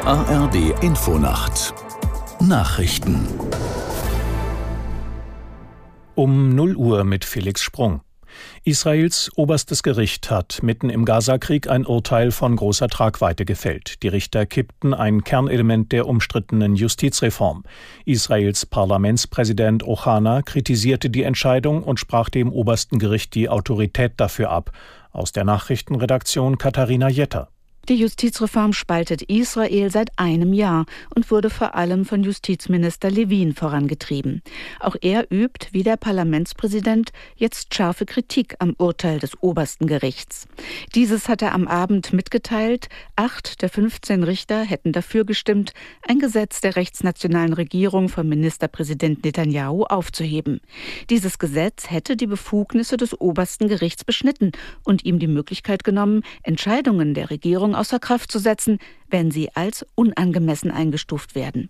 Die ARD Infonacht Nachrichten Um 0 Uhr mit Felix Sprung. Israels oberstes Gericht hat mitten im Gazakrieg ein Urteil von großer Tragweite gefällt. Die Richter kippten ein Kernelement der umstrittenen Justizreform. Israels Parlamentspräsident Ochana kritisierte die Entscheidung und sprach dem obersten Gericht die Autorität dafür ab. Aus der Nachrichtenredaktion Katharina Jetter. Die Justizreform spaltet Israel seit einem Jahr und wurde vor allem von Justizminister Levin vorangetrieben. Auch er übt, wie der Parlamentspräsident, jetzt scharfe Kritik am Urteil des obersten Gerichts. Dieses hat er am Abend mitgeteilt. 8 der 15 Richter hätten dafür gestimmt, ein Gesetz der rechtsnationalen Regierung von Ministerpräsident Netanyahu aufzuheben. Dieses Gesetz hätte die Befugnisse des obersten Gerichts beschnitten und ihm die Möglichkeit genommen, Entscheidungen der Regierung außer Kraft zu setzen, wenn sie als unangemessen eingestuft werden.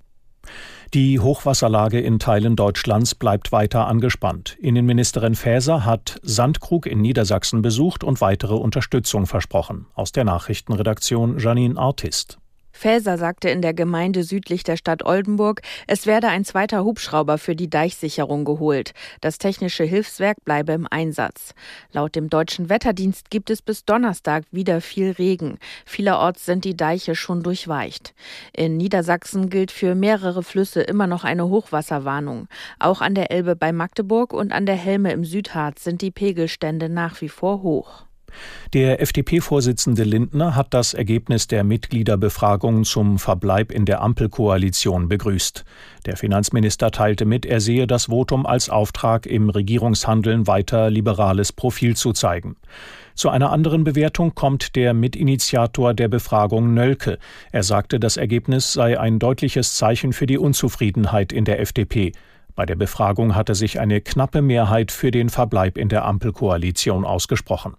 Die Hochwasserlage in Teilen Deutschlands bleibt weiter angespannt. Innenministerin Faeser hat Sandkrug in Niedersachsen besucht und weitere Unterstützung versprochen. Aus der Nachrichtenredaktion Janine Artist. Faeser sagte in der Gemeinde südlich der Stadt Oldenburg, es werde ein zweiter Hubschrauber für die Deichsicherung geholt. Das technische Hilfswerk bleibe im Einsatz. Laut dem Deutschen Wetterdienst gibt es bis Donnerstag wieder viel Regen. Vielerorts sind die Deiche schon durchweicht. In Niedersachsen gilt für mehrere Flüsse immer noch eine Hochwasserwarnung. Auch an der Elbe bei Magdeburg und an der Helme im Südharz sind die Pegelstände nach wie vor hoch. Der FDP-Vorsitzende Lindner hat das Ergebnis der Mitgliederbefragung zum Verbleib in der Ampelkoalition begrüßt. Der Finanzminister teilte mit, er sehe das Votum als Auftrag, im Regierungshandeln weiter liberales Profil zu zeigen. Zu einer anderen Bewertung kommt der Mitinitiator der Befragung Nölke. Er sagte, das Ergebnis sei ein deutliches Zeichen für die Unzufriedenheit in der FDP. Bei der Befragung hatte sich eine knappe Mehrheit für den Verbleib in der Ampelkoalition ausgesprochen.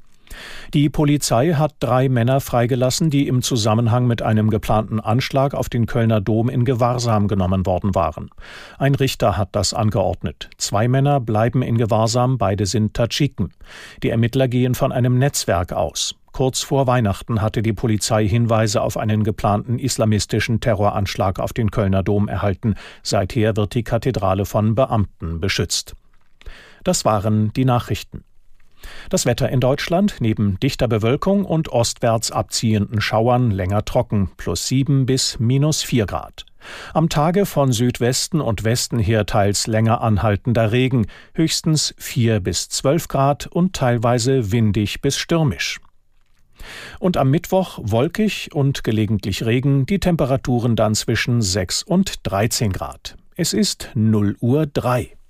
Die Polizei hat 3 Männer freigelassen, die im Zusammenhang mit einem geplanten Anschlag auf den Kölner Dom in Gewahrsam genommen worden waren. Ein Richter hat das angeordnet. 2 Männer bleiben in Gewahrsam, beide sind Tadschiken. Die Ermittler gehen von einem Netzwerk aus. Kurz vor Weihnachten hatte die Polizei Hinweise auf einen geplanten islamistischen Terroranschlag auf den Kölner Dom erhalten. Seither wird die Kathedrale von Beamten beschützt. Das waren die Nachrichten. Das Wetter in Deutschland: neben dichter Bewölkung und ostwärts abziehenden Schauern länger trocken, +7 bis -4 Grad. Am Tage von Südwesten und Westen her teils länger anhaltender Regen, höchstens 4 bis 12 Grad und teilweise windig bis stürmisch. Und am Mittwoch wolkig und gelegentlich Regen, die Temperaturen dann zwischen 6 und 13 Grad. Es ist 0:03 Uhr.